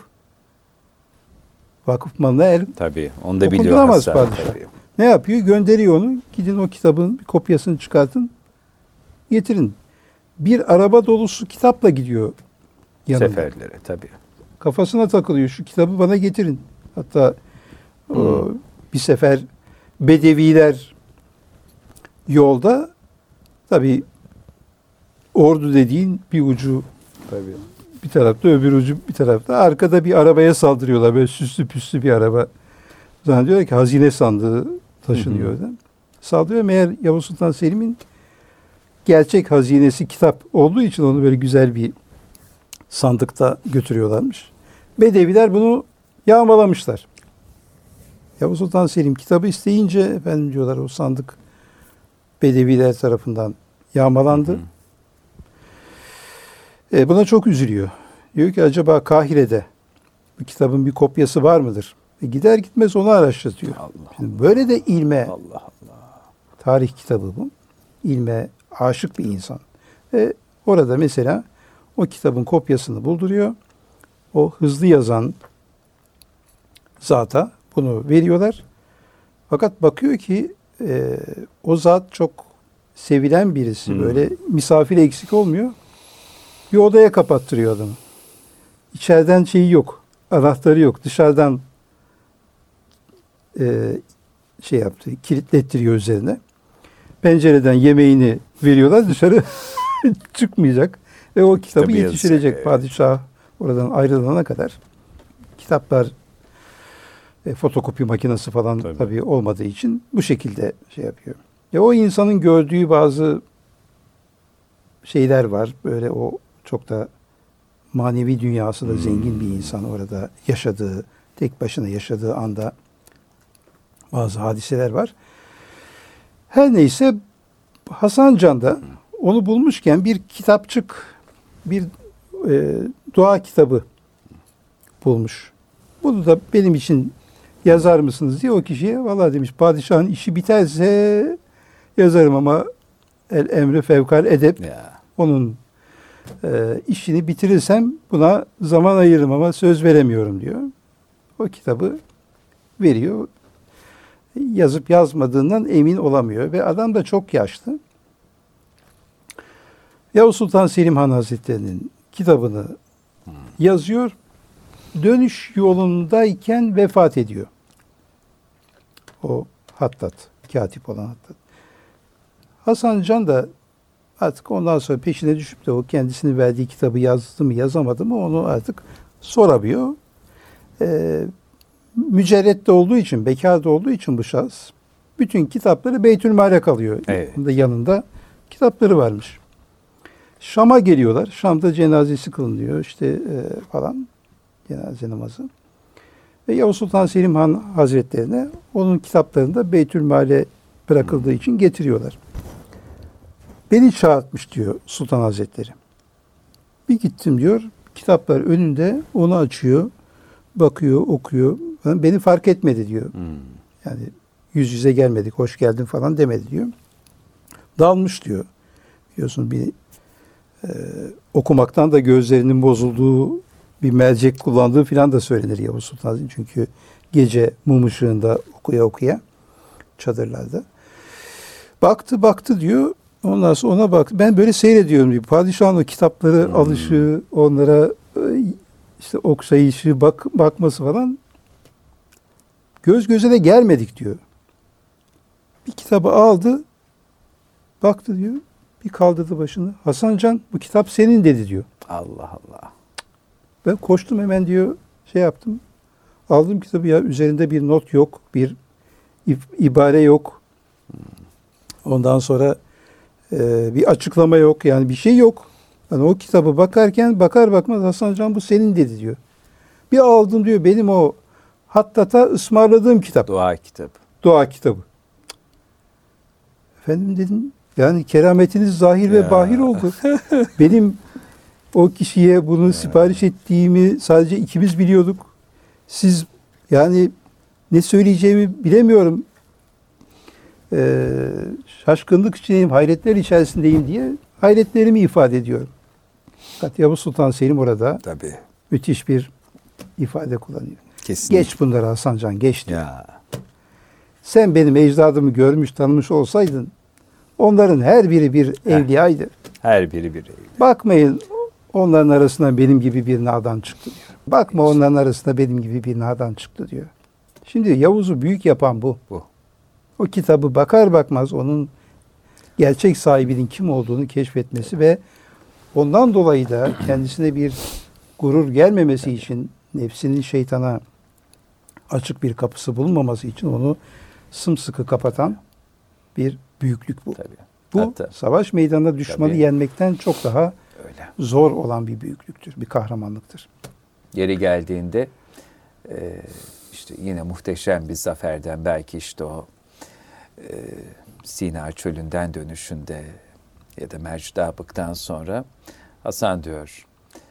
Vakıf malına el tabii, onu da biliyor padişah. Ne yapıyor? Gönderiyor onu. Gidin o kitabın bir kopyasını çıkartın. getirin. Bir araba dolusu kitapla gidiyor yanında. Seferlere tabii. Kafasına takılıyor. Şu kitabı bana getirin. Hatta bir sefer Bedeviler yolda, tabii ordu dediğin bir ucu Tabii. bir tarafta, öbür ucu bir tarafta. Arkada bir arabaya saldırıyorlar. Böyle süslü püslü bir araba. Zannediyorlar ki hazine sandığı taşınıyor. Saldırıyor. Meğer Yavuz Sultan Selim'in gerçek hazinesi kitap olduğu için onu böyle güzel bir sandıkta götürüyorlarmış. Bedeviler bunu yağmalamışlar. Yavuz Sultan Selim kitabı isteyince efendim diyorlar o sandık Bedeviler tarafından yağmalandı. Buna çok üzülüyor. Diyor ki acaba Kahire'de bu kitabın bir kopyası var mıdır? Gider gitmez onu araştırıyor. Şimdi böyle de ilme, tarih kitabı bu. İlme aşık bir insan. Ve orada mesela o kitabın kopyasını bulduruyor. O hızlı yazan zata bunu veriyorlar. Fakat bakıyor ki o zat çok sevilen birisi. Böyle misafir eksik olmuyor. Bir odaya kapattırıyor adamı. İçeriden şeyi yok. Anahtarı yok. Dışarıdan şey yaptı. Kilitlettiriyor üzerine. Pencereden yemeğini veriyorlar. Dışarı çıkmayacak. Ve o kitabı Tabii yetiştirecek. yazık. Padişah oradan ayrılana kadar. Kitaplar fotokopi makinesi falan tabii olmadığı için bu şekilde şey yapıyor. O insanın gördüğü bazı şeyler var. Böyle o çok da manevi dünyası da zengin bir insan orada yaşadığı, tek başına yaşadığı anda bazı hadiseler var. Her neyse Hasan Can da onu bulmuşken bir kitapçık, bir dua kitabı bulmuş. Bunu da benim için yazar mısınız diye o kişiye vallahi demiş padişahın işi biterse yazarım ama el emri fevkal edep. Ya. Onun işini bitirirsem buna zaman ayırırım ama söz veremiyorum diyor. O kitabı veriyor. Yazıp yazmadığından emin olamıyor ve adam da çok yaşlı. Yavuz Sultan Selim Han Hazretleri'nin kitabını yazıyor. Dönüş yolundayken vefat ediyor. O Hattat, katip olan Hattat. Hasan Can da artık ondan sonra peşine düşüp de o kendisinin verdiği kitabı yazdı mı yazamadı mı onu artık soramıyor. Mücerret de olduğu için, bekar da olduğu için bu şahıs bütün kitapları Beytülmal'e kalıyor. Evet. Yanında kitapları varmış. Şam'a geliyorlar. Şam'da cenazesi kılınıyor işte falan cenaze namazı. Ve Yavuz Sultan Selim Han Hazretlerine onun kitaplarını da Beytülmal'e bırakıldığı için getiriyorlar. Beni çağırtmış diyor Sultan Hazretleri. Bir gittim diyor. Kitaplar önünde onu açıyor. Bakıyor, okuyor. Beni fark etmedi diyor. Yani yüz yüze gelmedik, hoş geldin falan demedi diyor. Dalmış diyor. Biliyorsun bir okumaktan da gözlerinin bozulduğu bir mercek kullandığı falan da söylenir Yavuz Sultan Hazretleri. Çünkü gece mum ışığında okuya çadırlarda. Baktı diyor. Ondan sonra ona baktı. Ben böyle seyrediyorum diyor. Padişahın o kitapları alışı, onlara işte oksayışı, bakması falan göz göze de gelmedik diyor. Bir kitabı aldı, baktı diyor. Bir kaldırdı başını. Hasan Can bu kitap senin dedi diyor. Allah Allah. Ben koştum hemen diyor şey yaptım. Aldım kitabı ya üzerinde bir not yok. Bir ibare yok. Ondan sonra bir açıklama yok. Yani bir şey yok. Yani o kitabı bakarken bakar bakmaz Hasan Can bu senin dedi diyor. Bir aldım diyor benim o Hattat'a ısmarladığım kitap. Dua kitabı. Dua kitabı. Efendim dedim yani kerametiniz zahir ve bahir oldu. Benim o kişiye bunu sipariş ettiğimi sadece ikimiz biliyorduk. Siz yani ne söyleyeceğimi bilemiyorum. Şaşkınlık içindeyim, hayretler içerisindeyim diye hayretlerimi ifade ediyorum. Fakat Yavuz Sultan Selim orada Tabii. müthiş bir ifade kullanıyor. Kesinlikle. Geç bunları Hasan Can, geç diyor. Ya. Sen benim ecdadımı görmüş, tanımış olsaydın Onların her biri bir evliyaydı. Her biri bir evliya. Bakmayın onların arasından benim gibi bir nadan çıktı diyor. Bakma onların arasında benim gibi bir nadan çıktı diyor. Şimdi Yavuz'u büyük yapan bu. O kitabı bakar bakmaz onun gerçek sahibinin kim olduğunu keşfetmesi ve ondan dolayı da kendisine bir gurur gelmemesi için, nefsinin şeytana açık bir kapısı bulunmaması için onu sımsıkı kapatan bir büyüklük bu. Tabii. Bu Hatta, savaş meydanında düşmanı yenmekten çok daha öyle zor olan bir büyüklüktür, bir kahramanlıktır. Yeri geldiğinde işte yine muhteşem bir zaferden, belki işte o Sina çölünden dönüşünde ya da Mercidabık'tan sonra Hasan diyor,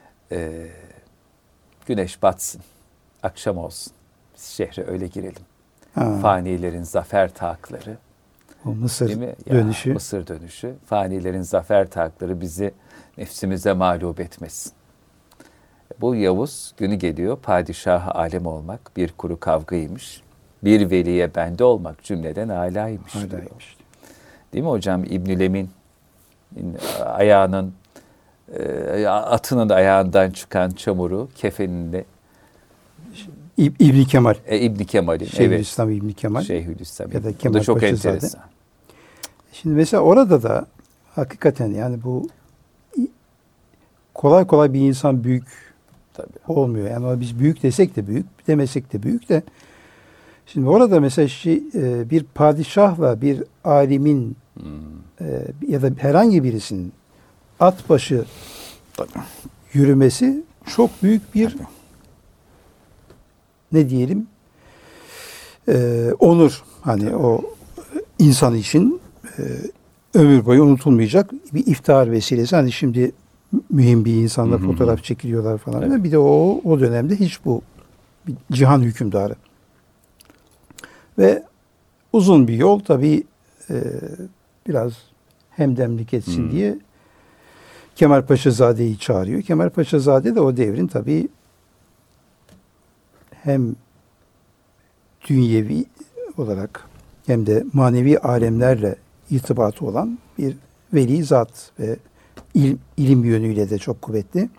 güneş batsın, akşam olsun, biz şehre öyle girelim. Fanilerin zafer taakları, o Mısır dönüşü. Mısır dönüşü, fanilerin zafer taakları bizi nefsimize mağlup etmesin. Bu Yavuz günü geliyor, padişah-ı alem olmak bir kuru kavgaymış. Bir veliye bende olmak cümleden âlâymış diyor. Değil mi hocam? İbnül Emin ayağının, atının ayağından çıkan çamuru kefeninde. İbn Kemal. İbn Kemal'in. Şeyhülislam İbn Kemal. Şeyhülislam. Ya da Bu Kemal da çok Paşazade. enteresan. Şimdi mesela orada da hakikaten yani bu kolay kolay bir insan büyük olmuyor. Yani biz büyük desek de büyük, demesek de büyük de. Şimdi orada mesela bir padişahla bir alimin ya da herhangi birisinin at başı yürümesi çok büyük bir ne diyelim onur. Hani o insan için ömür boyu unutulmayacak bir iftihar vesilesi. Hani şimdi mühim bir insanla fotoğraf çekiliyorlar falan. Evet. Bir de o dönemde hiç bu bir cihan hükümdarı. Ve uzun bir yol tabii biraz hemdemlik etsin diye Kemal Paşazade'yi çağırıyor. Kemal Paşazade de o devrin tabii hem dünyevi olarak hem de manevi alemlerle irtibatı olan bir veli zat ve ilim yönüyle de çok kuvvetli.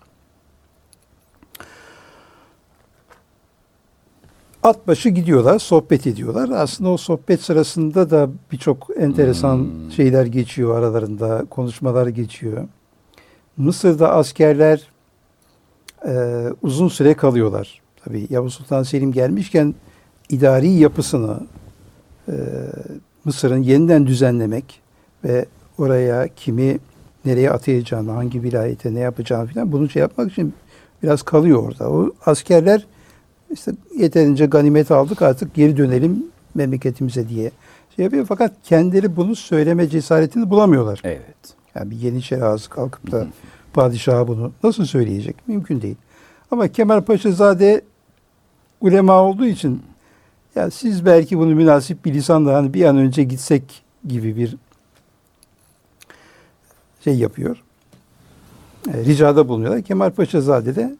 At başı gidiyorlar, sohbet ediyorlar. Aslında o sohbet sırasında da birçok enteresan şeyler geçiyor aralarında, konuşmalar geçiyor. Mısır'da askerler uzun süre kalıyorlar. Tabii Yavuz Sultan Selim gelmişken idari yapısını Mısır'ın yeniden düzenlemek ve oraya kimi nereye atayacağını, hangi vilayete ne yapacağını falan bunu yapmak için biraz kalıyor orada. O askerler işte yeterince ganimet aldık artık geri dönelim memleketimize diye şey yapıyor. Fakat kendileri bunu söyleme cesaretini bulamıyorlar. Evet. Yani bir Yeniçeri ağzı kalkıp da padişaha bunu nasıl söyleyecek? Mümkün değil. Ama Kemal Paşazade ulema olduğu için ya siz belki bunu münasip bir lisanla hani bir an önce gitsek gibi bir şey yapıyor. Ricada bulunuyorlar. Kemal Paşazade de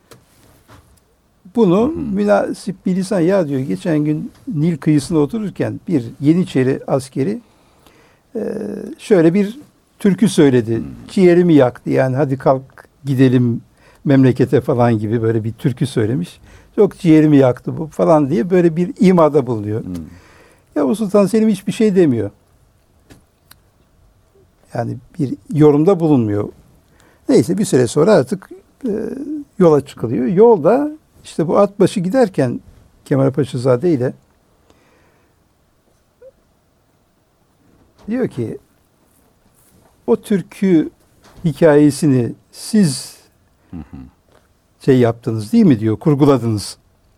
bunu münasip bir lisan ya diyor. Geçen gün Nil kıyısında otururken bir Yeniçeri askeri şöyle bir türkü söyledi. Ciğerimi yaktı. Yani hadi kalk gidelim memlekete falan gibi böyle bir türkü söylemiş. Çok ciğerimi yaktı bu falan diye böyle bir imada bulunuyor. Yavuz Sultan Selim hiçbir şey demiyor. Yani bir yorumda bulunmuyor. Neyse bir süre sonra artık yola çıkılıyor. Yolda işte bu at başı giderken Kemal Paşazade ile diyor ki o türkü hikayesini siz şey yaptınız değil mi diyor, kurguladınız.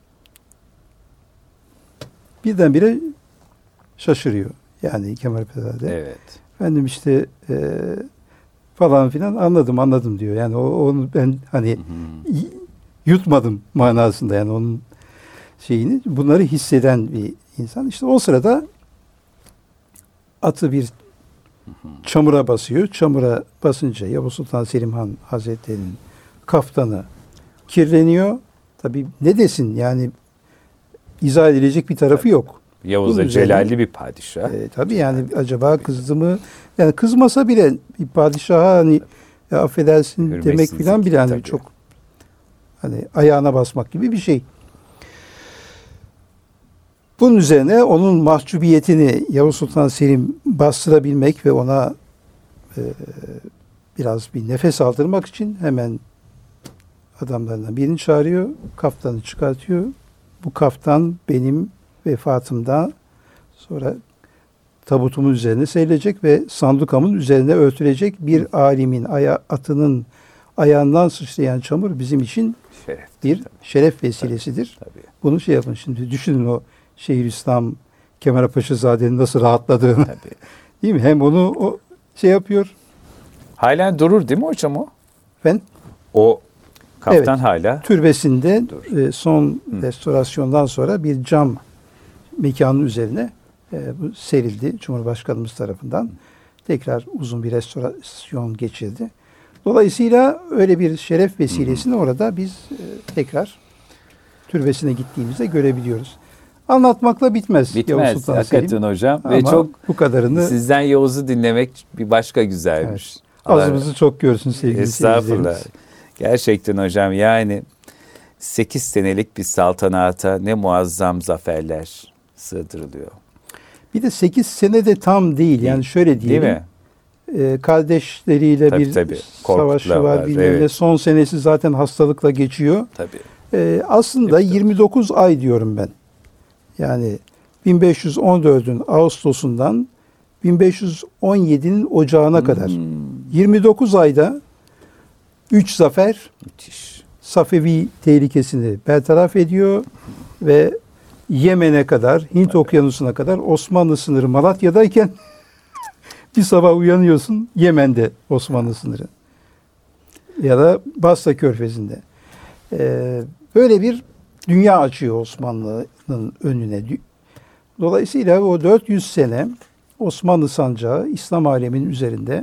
Birdenbire şaşırıyor. Yani Kemal Paşazade. Evet. Efendim işte falan filan anladım diyor. Yani onu ben hani yutmadım manasında yani onun şeyini. Bunları hisseden bir insan. İşte o sırada atı bir çamura basıyor. Çamura basınca Yavuz Sultan Selim Han Hazretleri'nin kaftanı kirleniyor. Tabii ne desin yani izah edilecek bir tarafı yok. Yavuz da celalli bir padişah. Tabii yani acaba kızdı mı? Yani kızmasa bile bir padişaha hani ya affedersin demek filan bile hani çok hani ayağına basmak gibi bir şey. Bunun üzerine onun mahcubiyetini Yavuz Sultan Selim bastırabilmek ve ona biraz bir nefes aldırmak için hemen adamlarından birini çağırıyor. Kaftanı çıkartıyor. Bu kaftan benim vefatımda sonra tabutumun üzerine serilecek ve sandukamın üzerine örtülecek bir alimin atının ayağından sıçrayan çamur bizim için bir şeref vesilesidir. Tabii. Bunu şey yapın şimdi düşünün o Şeyhülislam Kemalpaşazade'nin nasıl rahatladığını. Tabii. Değil mi? Hem onu o şey yapıyor. Halen durur değil mi hocam o? Ben o kaftan hala türbesinde son restorasyondan sonra bir cam mekanın üzerine bu serildi Cumhurbaşkanımız tarafından. Tekrar uzun bir restorasyon geçirdi. Dolayısıyla öyle bir şeref vesilesini orada biz tekrar türbesine gittiğimizde görebiliyoruz. Anlatmakla bitmez. Bitmez hakikaten hocam. Ve çok bu kadarını sizden Yavuz'u dinlemek bir başka güzelmiş. Evet. Ağzımızı çok görsün sevgili Estağfurullah. Gerçekten hocam yani 8 senelik bir saltanata ne muazzam zaferler sığdırılıyor. Bir de 8 sene de tam değil. Yani şöyle diyelim. Değil mi? Kardeşleriyle tabii. Savaşı var. Evet. Son senesi zaten hastalıkla geçiyor. Tabii. Aslında 29 ay diyorum ben. Yani 1514'ün Ağustos'undan 1517'nin Ocağı'na kadar 29 ayda 3 zafer müthiş. Safevi tehlikesini bertaraf ediyor ve Yemen'e kadar, Hint Okyanusu'na kadar Osmanlı sınırı Malatya'dayken bir sabah uyanıyorsun Yemen'de Osmanlı sınırı. Ya da Basra Körfezi'nde. Böyle bir dünya açıyor Osmanlı'nın önüne. Dolayısıyla o 400 sene Osmanlı sancağı İslam aleminin üzerinde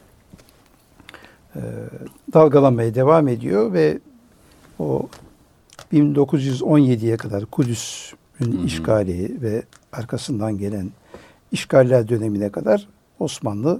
dalgalanmaya devam ediyor ve o 1917'ye kadar Kudüs'ün işgali ve arkasından gelen işgaller dönemine kadar Osmanlı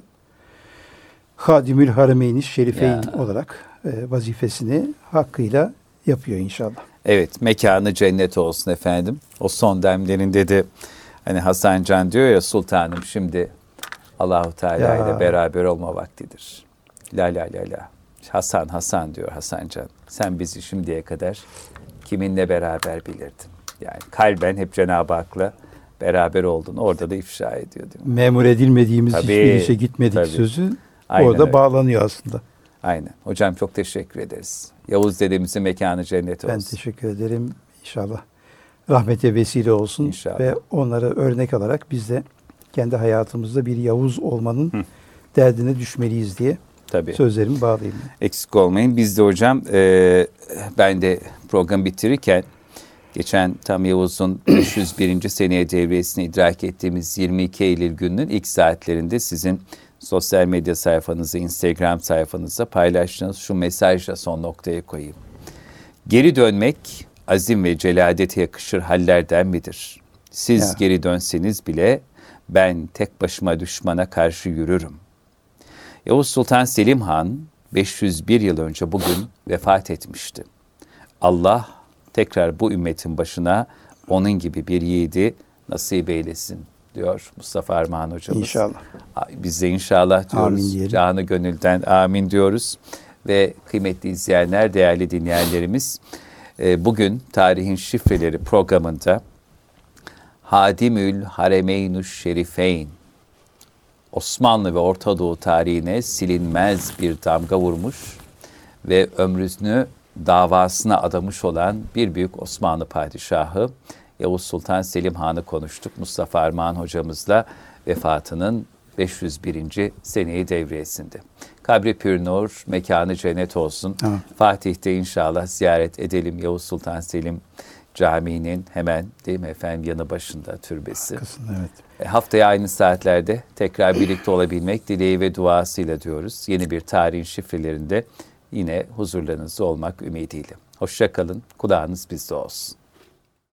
Hadimül Harameyn-i Şerifeyn olarak vazifesini hakkıyla yapıyor inşallah. Evet, mekanı cennet olsun efendim. O son demlerinde de hani Hasan Can diyor ya sultanım şimdi Allahu Teala ile beraber olma vaktidir. La la la la. Hasan diyor Hasan Can. Sen bizi şimdiye kadar kiminle beraber bilirdin. Yani kalben hep Cenab-ı Hak'la beraber oldun. Orada da ifşa ediyor değil mi? Memur edilmediğimiz hiçbir işe gitmedik sözü aynen orada öyle bağlanıyor aslında. Aynen. Hocam çok teşekkür ederiz. Yavuz dedemizin mekanı cennet olsun. Ben teşekkür ederim. İnşallah rahmete vesile olsun. İnşallah. Ve onları örnek alarak biz de kendi hayatımızda bir Yavuz olmanın derdine düşmeliyiz diye sözlerimi bağlayayım. Eksik olmayın. Biz de hocam ben de program bitirirken geçen tam Yavuz'un 501. seneye devriyesini idrak ettiğimiz 22 Eylül gününün ilk saatlerinde sizin sosyal medya sayfanıza, Instagram sayfanıza paylaştığınız şu mesajla son noktaya koyayım. Geri dönmek azim ve celadete yakışır hallerden midir? Siz geri dönseniz bile ben tek başıma düşmana karşı yürürüm. Yavuz Sultan Selim Han 501 yıl önce bugün vefat etmişti. Allah tekrar bu ümmetin başına onun gibi bir yiğidi nasip eylesin diyor Mustafa Armağan hocamız. İnşallah. Biz de inşallah diyoruz. Canı gönülden amin diyoruz. Ve kıymetli izleyenler, değerli dinleyenlerimiz, bugün Tarihin Şifreleri programında Hadimül Haremeynüş Şerifeyn, Osmanlı ve Orta Doğu tarihine silinmez bir damga vurmuş ve ömrünü davasına adamış olan bir büyük Osmanlı padişahı Yavuz Sultan Selim Han'ı konuştuk. Mustafa Armağan hocamızla vefatının 501. seneyi devriyesinde. Kabri pür nur, mekanı cennet olsun. Fatih'te inşallah ziyaret edelim Yavuz Sultan Selim Camii'nin hemen değil mi efendim yanı başında türbesi. Haklısın, evet. Haftaya aynı saatlerde tekrar birlikte olabilmek dileği ve duasıyla diyoruz. Yeni bir tarihin şifrelerinde yine huzurlarınızda olmak ümidiyle. Hoşça kalın, kulağınız bizde olsun.